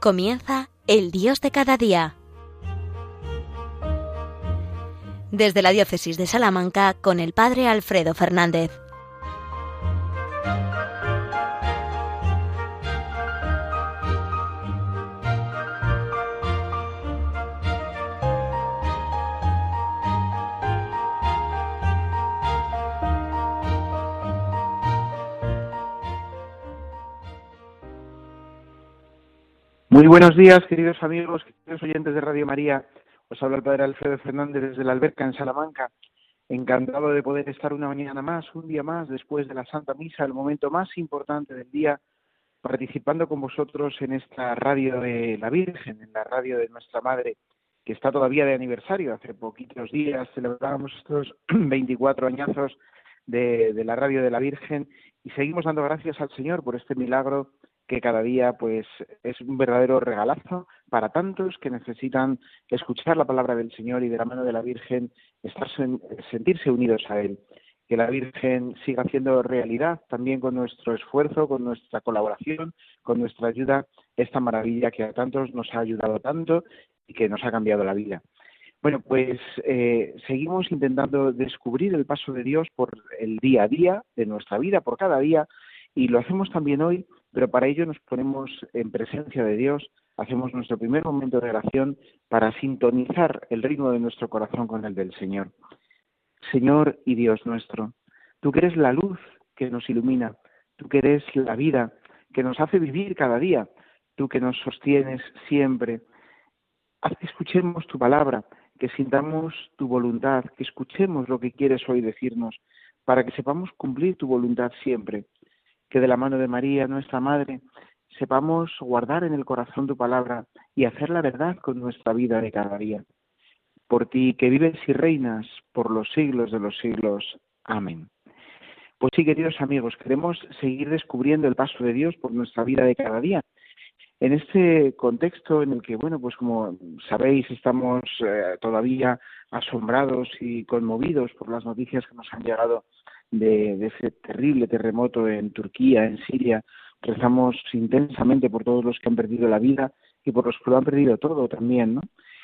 Comienza El Dios de cada día. Desde la Diócesis de Salamanca con el Padre Alfredo Fernández. Muy buenos días, queridos amigos, queridos oyentes de Radio María. Os habla el Padre Alfredo Fernández desde la Alberca en Salamanca. Encantado de poder estar una mañana más, un día más, después de la Santa Misa, el momento más importante del día, participando con vosotros en esta radio de la Virgen, en la radio de nuestra Madre, que está todavía de aniversario. Hace poquitos días celebrábamos estos 24 añazos de la radio de la Virgen y seguimos dando gracias al Señor por este milagro que cada día pues es un verdadero regalazo para tantos que necesitan escuchar la palabra del Señor y de la mano de la Virgen sentirse unidos a Él. Que la Virgen siga haciendo realidad también con nuestro esfuerzo, con nuestra colaboración, con nuestra ayuda, esta maravilla que a tantos nos ha ayudado tanto y que nos ha cambiado la vida. Bueno, pues seguimos intentando descubrir el paso de Dios por el día a día de nuestra vida, por cada día, y lo hacemos también hoy, pero para ello nos ponemos en presencia de Dios, hacemos nuestro primer momento de oración para sintonizar el ritmo de nuestro corazón con el del Señor. Señor y Dios nuestro, tú que eres la luz que nos ilumina, tú que eres la vida que nos hace vivir cada día, tú que nos sostienes siempre, haz que escuchemos tu palabra, que sintamos tu voluntad, que escuchemos lo que quieres hoy decirnos, para que sepamos cumplir tu voluntad siempre. Que de la mano de María, nuestra Madre, sepamos guardar en el corazón tu palabra y hacer la verdad con nuestra vida de cada día. Por ti, que vives y reinas por los siglos de los siglos. Amén. Pues sí, queridos amigos, queremos seguir descubriendo el paso de Dios por nuestra vida de cada día. En este contexto en el que, bueno, pues como sabéis, estamos todavía asombrados y conmovidos por las noticias que nos han llegado de ese terrible terremoto en Turquía, en Siria. Rezamos intensamente por todos los que han perdido la vida y por los que lo han perdido todo también, ¿no?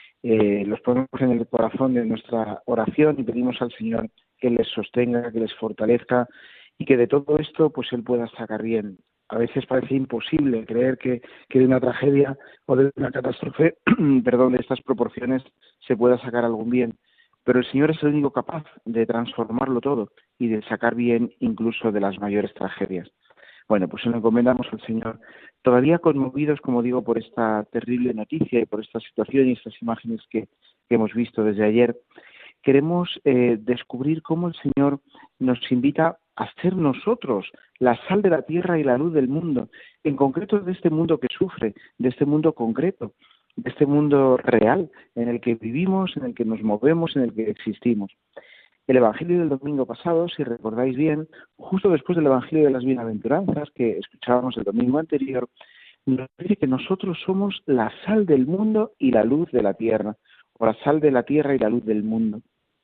Los ponemos en el corazón de nuestra oración y pedimos al Señor que les sostenga, que les fortalezca y que de todo esto pues Él pueda sacar bien. A veces parece imposible creer que de una tragedia o de una catástrofe, de estas proporciones se pueda sacar algún bien. Pero el Señor es el único capaz de transformarlo todo y de sacar bien incluso de las mayores tragedias. Bueno, pues nos encomendamos al Señor, todavía conmovidos, como digo, por esta terrible noticia y por esta situación y estas imágenes que hemos visto desde ayer. Queremos descubrir cómo el Señor nos invita a ser nosotros la sal de la tierra y la luz del mundo, en concreto de este mundo que sufre, de este mundo concreto, de este mundo real en el que vivimos, en el que nos movemos, en el que existimos. El Evangelio del domingo pasado, si recordáis bien, justo después del Evangelio de las Bienaventuranzas que escuchábamos el domingo anterior, nos dice que nosotros somos la sal del mundo y la luz de la tierra, o la sal de la tierra y la luz del mundo.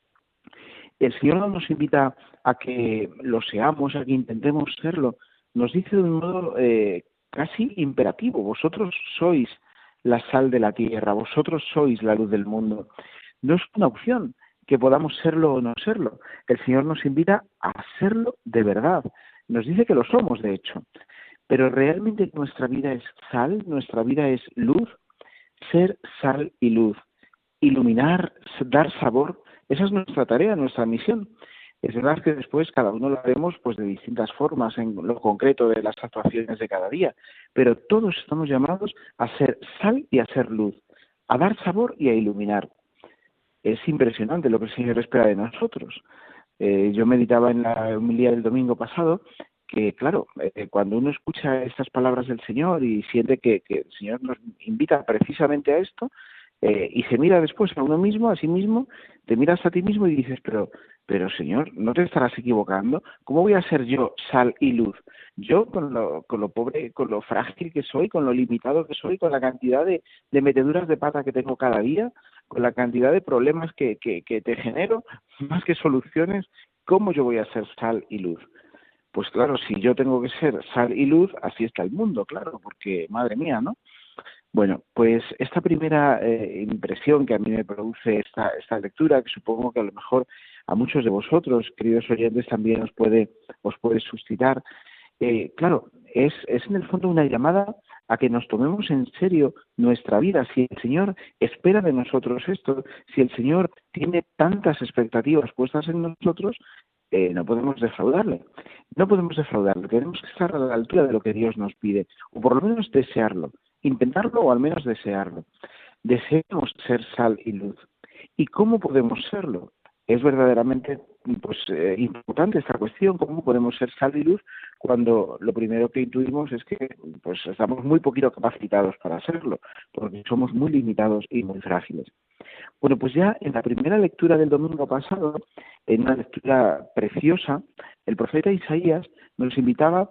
El Señor no nos invita a que lo seamos, a que intentemos serlo. Nos dice de un modo casi imperativo: vosotros sois la sal de la tierra, vosotros sois la luz del mundo. No es una opción que podamos serlo o no serlo. El Señor nos invita a serlo de verdad. Nos dice que lo somos, de hecho. Pero realmente nuestra vida es sal, nuestra vida es luz. Ser sal y luz, iluminar, dar sabor, esa es nuestra tarea, nuestra misión. Es verdad que después cada uno lo haremos pues de distintas formas en lo concreto de las actuaciones de cada día, pero todos estamos llamados a ser sal y a ser luz, a dar sabor y a iluminar. Es impresionante lo que el Señor espera de nosotros. Yo meditaba en la homilía del domingo pasado que, claro, cuando uno escucha estas palabras del Señor y siente que el Señor nos invita precisamente a esto, y se mira después a uno mismo, a sí mismo, te miras a ti mismo y dices, pero Señor, ¿no te estarás equivocando? ¿Cómo voy a ser yo sal y luz? Yo con lo pobre, con lo frágil que soy, con lo limitado que soy, con la cantidad de meteduras de pata que tengo cada día, con la cantidad de problemas que te genero, más que soluciones, ¿cómo yo voy a ser sal y luz? Pues claro, si yo tengo que ser sal y luz, así está el mundo, claro, porque madre mía, ¿no? Bueno, pues esta primera impresión que a mí me produce esta lectura, que supongo que a lo mejor a muchos de vosotros, queridos oyentes, también os puede suscitar, claro, es en el fondo una llamada a que nos tomemos en serio nuestra vida. Si el Señor espera de nosotros esto, si el Señor tiene tantas expectativas puestas en nosotros, no podemos defraudarle. No podemos defraudarle. Tenemos que estar a la altura de lo que Dios nos pide, o por lo menos desearlo, intentarlo o al menos desearlo. Deseamos ser sal y luz. ¿Y cómo podemos serlo? Es verdaderamente importante esta cuestión, cómo podemos ser sal y luz cuando lo primero que intuimos es que pues estamos muy poquito capacitados para serlo, porque somos muy limitados y muy frágiles. Bueno, pues ya en la primera lectura del domingo pasado, en una lectura preciosa, el profeta Isaías nos invitaba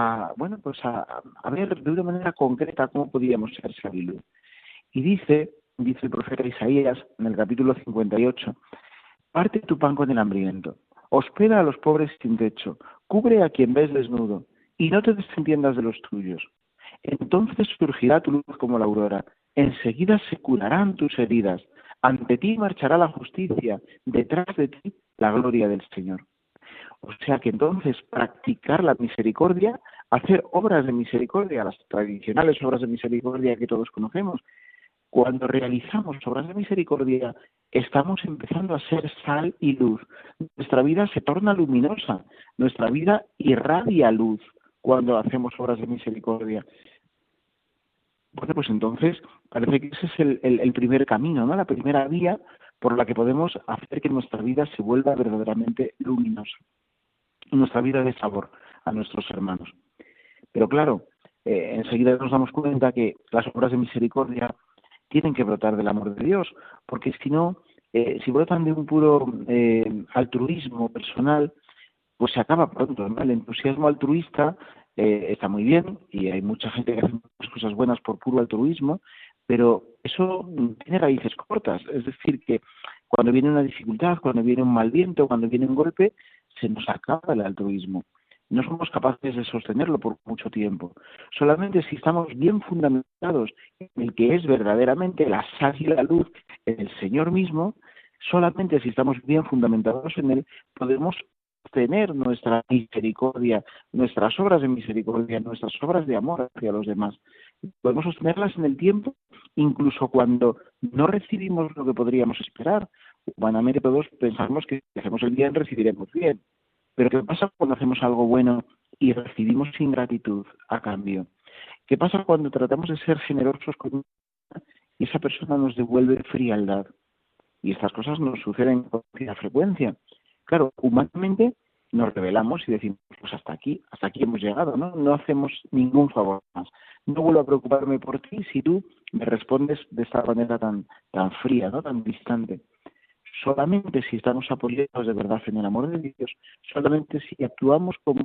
a ver de una manera concreta cómo podíamos ser sal y luz. Y dice el profeta Isaías en el capítulo 58, parte tu pan con el hambriento, hospeda a los pobres sin techo, cubre a quien ves desnudo, y no te desentiendas de los tuyos. Entonces surgirá tu luz como la aurora, enseguida se curarán tus heridas, ante ti marchará la justicia, detrás de ti la gloria del Señor. O sea que entonces practicar la misericordia, hacer obras de misericordia, las tradicionales obras de misericordia que todos conocemos, cuando realizamos obras de misericordia, estamos empezando a ser sal y luz. Nuestra vida se torna luminosa, nuestra vida irradia luz cuando hacemos obras de misericordia. Bueno, pues entonces parece que ese es el primer camino, ¿no? La primera vía por la que podemos hacer que nuestra vida se vuelva verdaderamente luminosa, nuestra vida de sabor a nuestros hermanos. Pero claro, enseguida nos damos cuenta que las obras de misericordia tienen que brotar del amor de Dios, porque si no, si brotan de un puro altruismo personal, pues se acaba pronto, ¿no? El entusiasmo altruista está muy bien y hay mucha gente que hace muchas cosas buenas por puro altruismo, pero eso tiene raíces cortas, es decir, que cuando viene una dificultad, cuando viene un mal viento, cuando viene un golpe, se nos acaba el altruismo. No somos capaces de sostenerlo por mucho tiempo. Solamente si estamos bien fundamentados en el que es verdaderamente la sal y la luz, en el Señor mismo, solamente si estamos bien fundamentados en Él, podemos tener nuestra misericordia, nuestras obras de misericordia, nuestras obras de amor hacia los demás. Podemos sostenerlas en el tiempo, incluso cuando no recibimos lo que podríamos esperar. Humanamente todos pensamos que si hacemos el bien, recibiremos bien. Pero ¿qué pasa cuando hacemos algo bueno y recibimos ingratitud a cambio? ¿Qué pasa cuando tratamos de ser generosos con una persona y esa persona nos devuelve frialdad? Y estas cosas nos suceden con frecuencia. Claro, humanamente nos rebelamos y decimos, pues hasta aquí hemos llegado, ¿no? No hacemos ningún favor más. No vuelvo a preocuparme por ti si tú me respondes de esta manera tan fría, ¿no? Tan distante. Solamente si estamos apoyados de verdad en el amor de Dios, solamente si actuamos como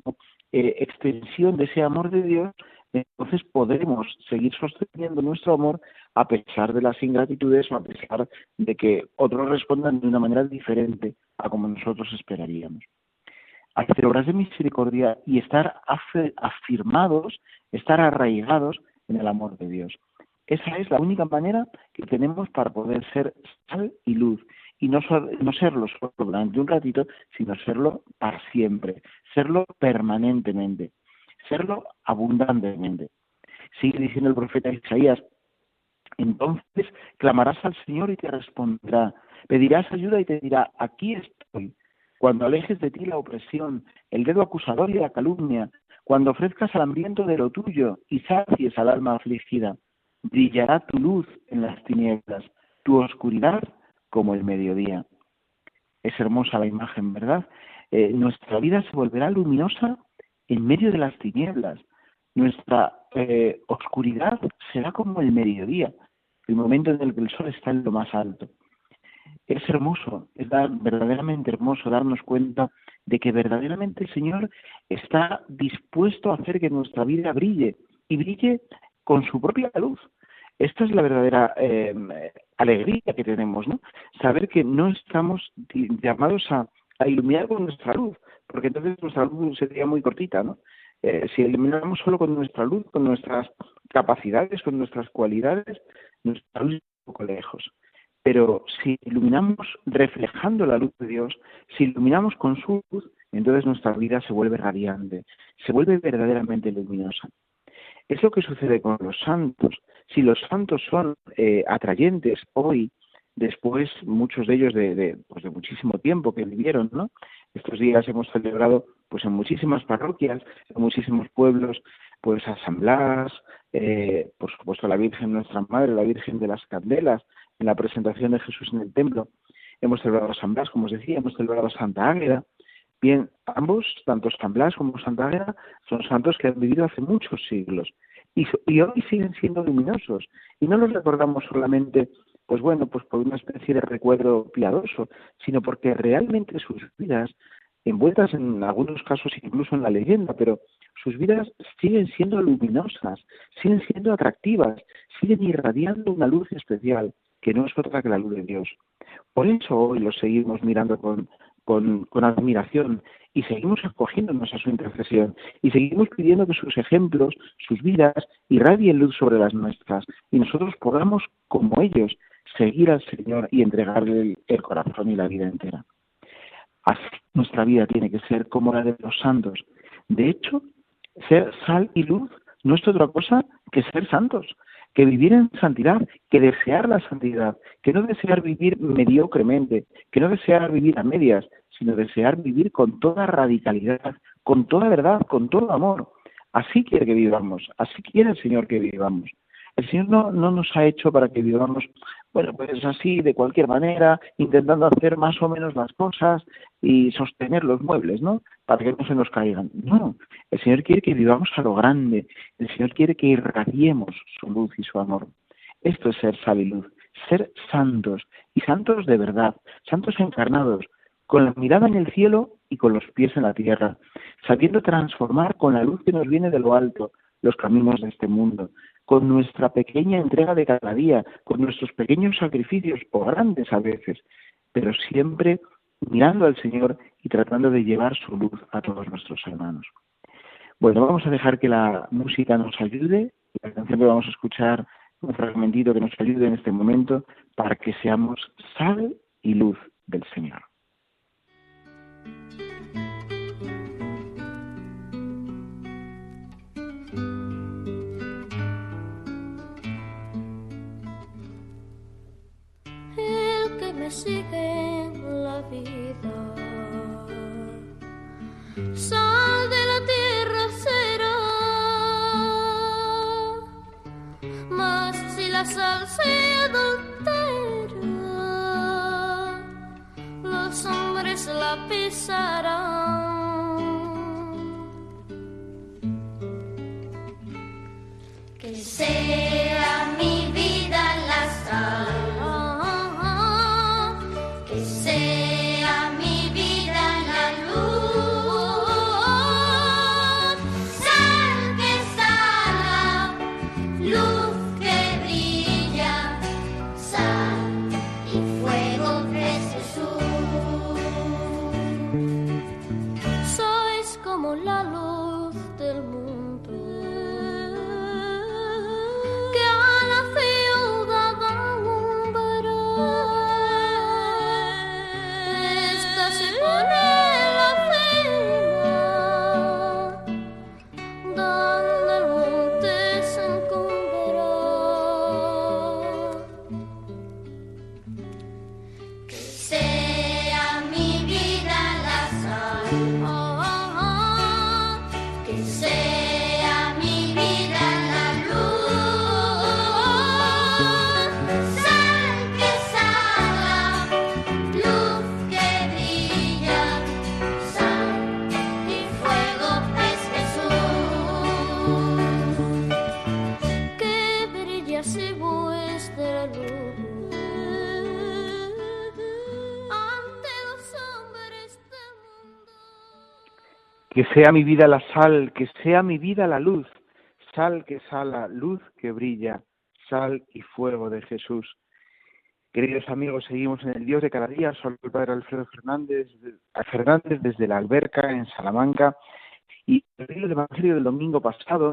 extensión de ese amor de Dios, entonces podremos seguir sosteniendo nuestro amor a pesar de las ingratitudes o a pesar de que otros respondan de una manera diferente a como nosotros esperaríamos. Hacer obras de misericordia y estar afirmados, estar arraigados en el amor de Dios. Esa es la única manera que tenemos para poder ser sal y luz. Y no serlo solo durante un ratito, sino serlo para siempre, serlo permanentemente, serlo abundantemente. Sigue diciendo el profeta Isaías, entonces clamarás al Señor y te responderá, pedirás ayuda y te dirá, aquí estoy. Cuando alejes de ti la opresión, el dedo acusador y la calumnia, cuando ofrezcas al hambriento de lo tuyo y sacies al alma afligida, brillará tu luz en las tinieblas, tu oscuridad como el mediodía. Es hermosa la imagen, ¿verdad? Nuestra vida se volverá luminosa en medio de las tinieblas. Nuestra oscuridad será como el mediodía, el momento en el que el sol está en lo más alto. Es hermoso, verdaderamente hermoso darnos cuenta de que verdaderamente el Señor está dispuesto a hacer que nuestra vida brille, y brille con su propia luz. Esta es la verdadera alegría que tenemos, ¿no? Saber que no estamos llamados a iluminar con nuestra luz, porque entonces nuestra luz sería muy cortita, ¿no? Si ilumináramos solo con nuestra luz, con nuestras capacidades, con nuestras cualidades, nuestra luz está un poco lejos. Pero si iluminamos reflejando la luz de Dios, si iluminamos con su luz, entonces nuestra vida se vuelve radiante, se vuelve verdaderamente luminosa. Es lo que sucede con los santos. Si los santos son atrayentes hoy, después muchos de ellos pues de muchísimo tiempo que vivieron, ¿no? Estos días hemos celebrado pues en muchísimas parroquias, en muchísimos pueblos, pues asambleas, por supuesto la Virgen nuestra Madre, la Virgen de las Candelas, en la presentación de Jesús en el templo. Hemos celebrado San Blas, como os decía, hemos celebrado Santa Águeda. Bien, ambos, tanto San Blas como Santa Águeda, son santos que han vivido hace muchos siglos y hoy siguen siendo luminosos. Y no los recordamos solamente, pues bueno, pues por una especie de recuerdo piadoso, sino porque realmente sus vidas, envueltas en algunos casos incluso en la leyenda, pero sus vidas siguen siendo luminosas, siguen siendo atractivas, siguen irradiando una luz especial, que no es otra que la luz de Dios. Por eso hoy los seguimos mirando con admiración y seguimos acogiéndonos a su intercesión y seguimos pidiendo que sus ejemplos, sus vidas, irradien luz sobre las nuestras y nosotros podamos, como ellos, seguir al Señor y entregarle el corazón y la vida entera. Así nuestra vida tiene que ser como la de los santos. De hecho, ser sal y luz no es otra cosa que ser santos, que vivir en santidad, que desear la santidad, que no desear vivir mediocremente, que no desear vivir a medias, sino desear vivir con toda radicalidad, con toda verdad, con todo amor. Así quiere que vivamos, así quiere el Señor que vivamos. El Señor no nos ha hecho para que vivamos, bueno, pues así, de cualquier manera, intentando hacer más o menos las cosas y sostener los muebles, ¿no? Para que no se nos caigan. No, el Señor quiere que vivamos a lo grande. El Señor quiere que irradiemos su luz y su amor. Esto es ser sal y luz, ser santos, y santos de verdad, santos encarnados, con la mirada en el cielo y con los pies en la tierra, sabiendo transformar con la luz que nos viene de lo alto los caminos de este mundo, con nuestra pequeña entrega de cada día, con nuestros pequeños sacrificios, o grandes a veces, pero siempre mirando al Señor y tratando de llevar su luz a todos nuestros hermanos. Bueno, vamos a dejar que la música nos ayude, la canción que vamos a escuchar, un fragmentito que nos ayude en este momento para que seamos sal y luz del Señor. Me sigue en la vida, sal de la tierra será, mas si la sal se adultera, los hombres la pisarán. Que sea mi vida la sal, Que sea mi vida la sal, que sea mi vida la luz, sal que sala, luz que brilla, sal y fuego de Jesús. Queridos amigos, seguimos en el Dios de cada día. Soy el Padre Alfredo Fernández desde la Alberca, en Salamanca. Y el Evangelio del domingo pasado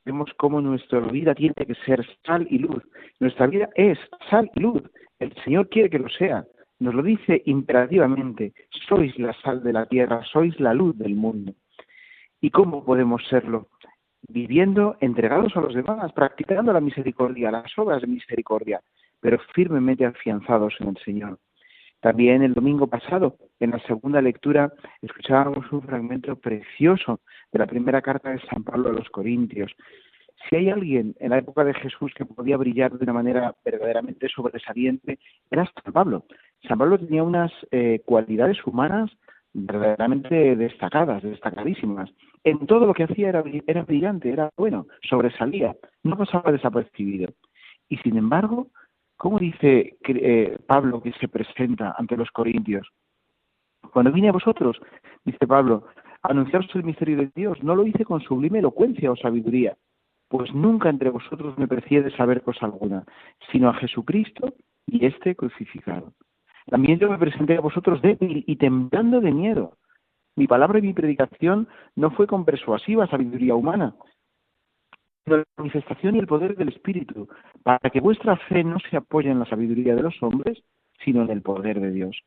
vemos cómo nuestra vida tiene que ser sal y luz. Nuestra vida es sal y luz. El Señor quiere que lo sea. Nos lo dice imperativamente. Sois la sal de la tierra, sois la luz del mundo. ¿Y cómo podemos serlo? Viviendo entregados a los demás, practicando la misericordia, las obras de misericordia, pero firmemente afianzados en el Señor. También el domingo pasado, en la segunda lectura, escuchábamos un fragmento precioso de la primera carta de San Pablo a los Corintios. Si hay alguien en la época de Jesús que podía brillar de una manera verdaderamente sobresaliente, era San Pablo. San Pablo tenía unas cualidades humanas verdaderamente destacadas, destacadísimas. En todo lo que hacía era brillante, era bueno, sobresalía, no pasaba desapercibido. Y sin embargo, ¿cómo dice Pablo que se presenta ante los corintios? Cuando vine a vosotros, dice Pablo, a anunciaros el misterio de Dios, no lo hice con sublime elocuencia o sabiduría, pues nunca entre vosotros me precié de saber cosa alguna, sino a Jesucristo y este crucificado. También yo me presenté a vosotros débil y temblando de miedo. Mi palabra y mi predicación no fue con persuasiva sabiduría humana, sino la manifestación y el poder del Espíritu, para que vuestra fe no se apoye en la sabiduría de los hombres, sino en el poder de Dios.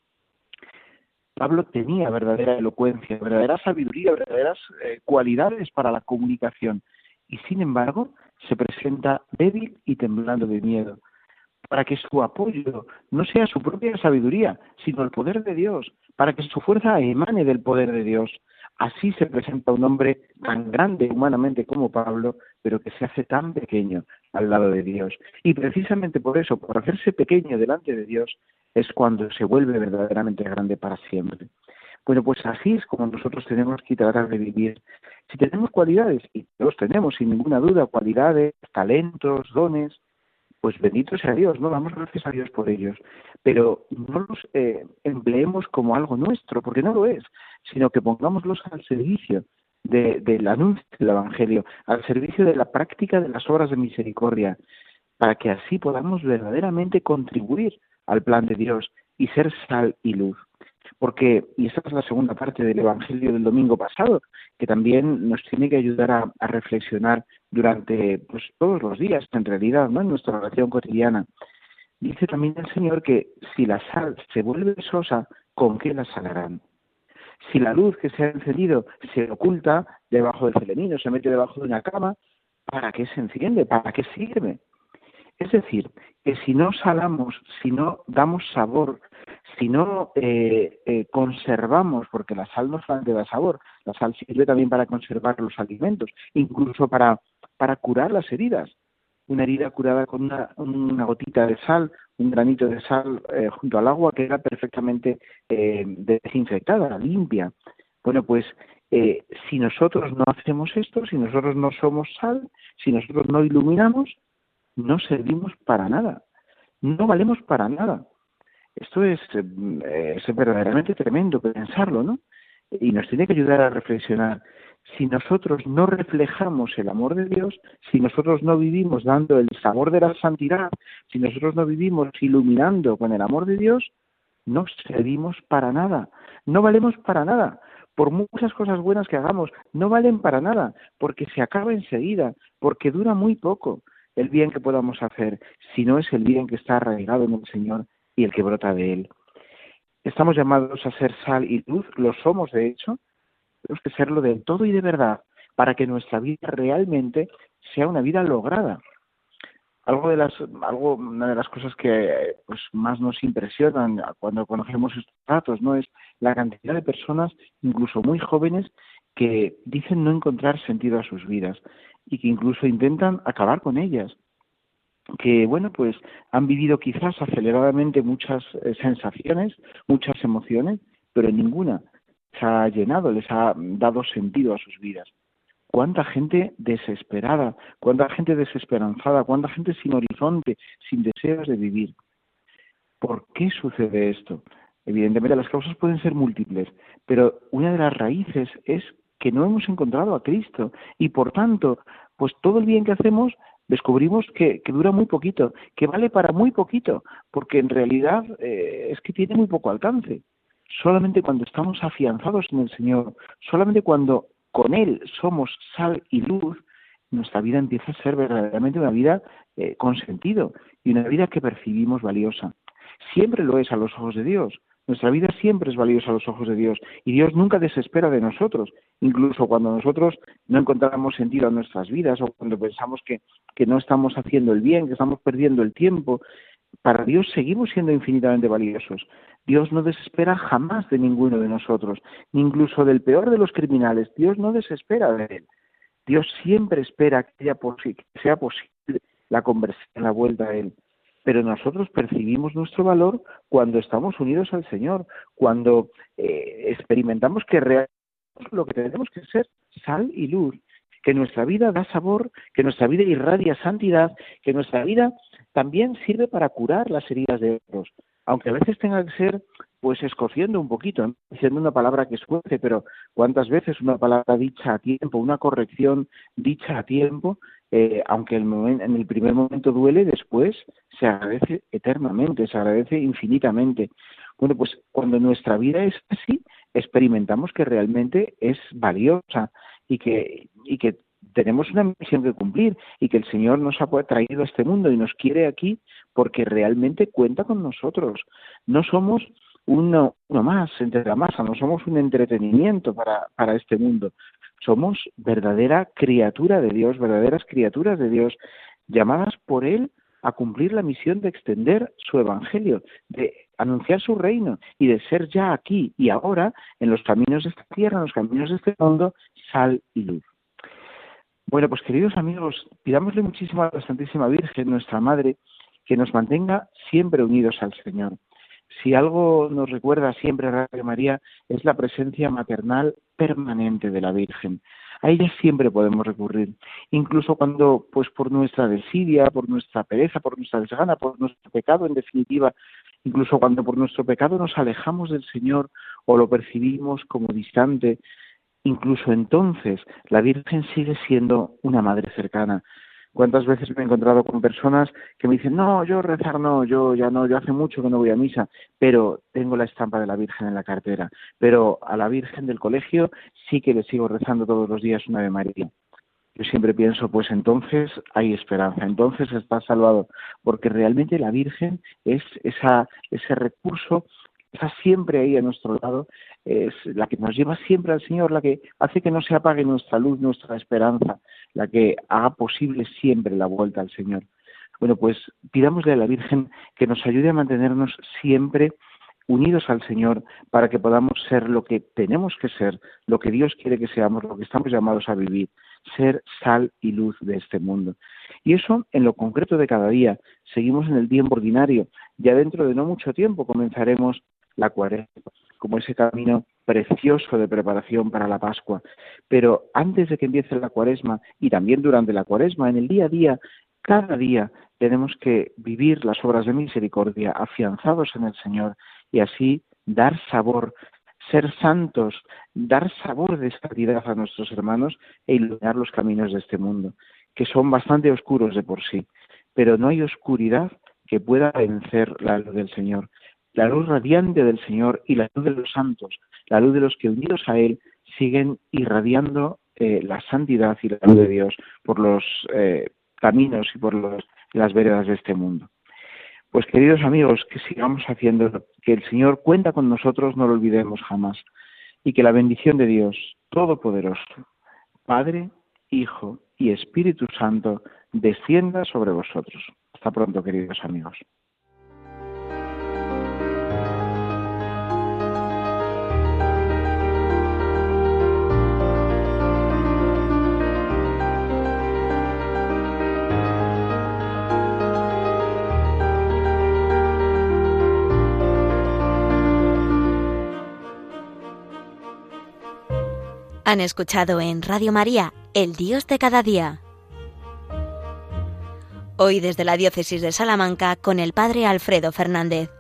Pablo tenía verdadera elocuencia, verdadera sabiduría, verdaderas cualidades para la comunicación, y sin embargo se presenta débil y temblando de miedo, para que su apoyo no sea su propia sabiduría, sino el poder de Dios, para que su fuerza emane del poder de Dios. Así se presenta un hombre tan grande humanamente como Pablo, pero que se hace tan pequeño al lado de Dios. Y precisamente por eso, por hacerse pequeño delante de Dios, es cuando se vuelve verdaderamente grande para siempre. Bueno, pues así es como nosotros tenemos que tratar de vivir. Si tenemos cualidades, y todos tenemos sin ninguna duda cualidades, talentos, dones, pues bendito sea Dios, no damos gracias a Dios por ellos, pero no los empleemos como algo nuestro, porque no lo es, sino que pongámoslos al servicio del anuncio del Evangelio, al servicio de la práctica de las obras de misericordia, para que así podamos verdaderamente contribuir al plan de Dios y ser sal y luz. Porque, y esta es la segunda parte del Evangelio del domingo pasado, que también nos tiene que ayudar a reflexionar durante todos los días, en realidad, ¿no?, en nuestra oración cotidiana. Dice también el Señor que si la sal se vuelve sosa, ¿con qué la salarán? Si la luz que se ha encendido se oculta debajo del celemino, se mete debajo de una cama, ¿para qué se enciende? ¿Para qué sirve? Es decir, que si no salamos, si no damos sabor, si no conservamos, porque la sal no solamente da sabor, la sal sirve también para conservar los alimentos, incluso para curar las heridas. Una herida curada con una gotita de sal, un granito de sal junto al agua, queda perfectamente desinfectada, limpia. Bueno, pues si nosotros no hacemos esto, si nosotros no somos sal, si nosotros no iluminamos, no servimos para nada, no valemos para nada. Esto es verdaderamente tremendo pensarlo, ¿no? Y nos tiene que ayudar a reflexionar. Si nosotros no reflejamos el amor de Dios, si nosotros no vivimos dando el sabor de la santidad, si nosotros no vivimos iluminando con el amor de Dios, no servimos para nada, no valemos para nada. Por muchas cosas buenas que hagamos, no valen para nada, porque se acaba enseguida, porque dura muy poco el bien que podamos hacer, si no es el bien que está arraigado en el Señor y el que brota de Él. Estamos llamados a ser sal y luz, lo somos de hecho, tenemos que serlo del todo y de verdad, para que nuestra vida realmente sea una vida lograda. Una de las cosas que más nos impresionan cuando conocemos estos datos, ¿no?, es la cantidad de personas, incluso muy jóvenes, que dicen no encontrar sentido a sus vidas y que incluso intentan acabar con ellas, que han vivido quizás aceleradamente muchas sensaciones, muchas emociones, pero ninguna les ha llenado, les ha dado sentido a sus vidas. Cuánta gente desesperada, cuánta gente desesperanzada, cuánta gente sin horizonte, sin deseos de vivir. ¿Por qué sucede esto? Evidentemente las causas pueden ser múltiples, pero una de las raíces es que no hemos encontrado a Cristo y por tanto, todo el bien que hacemos descubrimos que dura muy poquito, que vale para muy poquito, porque en realidad es que tiene muy poco alcance. Solamente cuando estamos afianzados en el Señor, solamente cuando con Él somos sal y luz, nuestra vida empieza a ser verdaderamente una vida con sentido y una vida que percibimos valiosa. Siempre lo es a los ojos de Dios. Nuestra vida siempre es valiosa a los ojos de Dios y Dios nunca desespera de nosotros, incluso cuando nosotros no encontramos sentido a nuestras vidas o cuando pensamos que no estamos haciendo el bien, que estamos perdiendo el tiempo. Para Dios seguimos siendo infinitamente valiosos. Dios no desespera jamás de ninguno de nosotros, ni incluso del peor de los criminales. Dios no desespera de él. Dios siempre espera que sea posible la conversión, la vuelta a él. Pero nosotros percibimos nuestro valor cuando estamos unidos al Señor, cuando experimentamos que realmente lo que tenemos que ser sal y luz, que nuestra vida da sabor, que nuestra vida irradia santidad, que nuestra vida también sirve para curar las heridas de otros, aunque a veces tenga que ser pues escociendo un poquito, diciendo una palabra que escuece, pero cuántas veces una palabra dicha a tiempo, una corrección dicha a tiempo, aunque en el primer momento duele, después se agradece eternamente, se agradece infinitamente. Bueno, pues cuando nuestra vida es así, experimentamos que realmente es valiosa y que tenemos una misión que cumplir y que el Señor nos ha traído a este mundo y nos quiere aquí porque realmente cuenta con nosotros. No somos uno más entre la masa, no somos un entretenimiento para este mundo. Somos verdadera criatura de Dios, verdaderas criaturas de Dios, llamadas por Él a cumplir la misión de extender su evangelio, de anunciar su reino y de ser ya aquí y ahora, en los caminos de esta tierra, en los caminos de este mundo, sal y luz. Bueno, pues queridos amigos, pidámosle muchísimo a la Santísima Virgen, nuestra Madre, que nos mantenga siempre unidos al Señor. Si algo nos recuerda siempre Radio María es la presencia maternal permanente de la Virgen. A ella siempre podemos recurrir, incluso cuando, pues por nuestra desidia, por nuestra pereza, por nuestra desgana, por nuestro pecado en definitiva, incluso cuando por nuestro pecado nos alejamos del Señor o lo percibimos como distante, incluso entonces la Virgen sigue siendo una madre cercana. ¿Cuántas veces me he encontrado con personas que me dicen, no, yo rezar no, yo hace mucho que no voy a misa, pero tengo la estampa de la Virgen en la cartera, pero a la Virgen del colegio sí que le sigo rezando todos los días una Ave María? Yo siempre pienso, pues entonces hay esperanza, entonces está salvado, porque realmente la Virgen es ese recurso que está siempre ahí a nuestro lado, es la que nos lleva siempre al Señor, la que hace que no se apague nuestra luz, nuestra esperanza, la que haga posible siempre la vuelta al Señor. Bueno, pues pidámosle a la Virgen que nos ayude a mantenernos siempre unidos al Señor para que podamos ser lo que tenemos que ser, lo que Dios quiere que seamos, lo que estamos llamados a vivir, ser sal y luz de este mundo. Y eso en lo concreto de cada día. Seguimos en el tiempo ordinario. Ya dentro de no mucho tiempo comenzaremos la Cuaresma, como ese camino precioso de preparación para la Pascua. Pero antes de que empiece la Cuaresma y también durante la Cuaresma, en el día a día, cada día tenemos que vivir las obras de misericordia afianzados en el Señor y así dar sabor, ser santos, dar sabor de santidad a nuestros hermanos e iluminar los caminos de este mundo, que son bastante oscuros de por sí, pero no hay oscuridad que pueda vencer la luz del Señor. La luz radiante del Señor y la luz de los santos, la luz de los que unidos a Él siguen irradiando la santidad y la luz de Dios por los caminos y por las veredas de este mundo. Pues queridos amigos, que sigamos haciendo, que el Señor cuenta con nosotros, no lo olvidemos jamás, y que la bendición de Dios Todopoderoso, Padre, Hijo y Espíritu Santo, descienda sobre vosotros. Hasta pronto, queridos amigos. Han escuchado en Radio María, El Dios de cada día. Hoy desde la Diócesis de Salamanca con el Padre Alfredo Fernández.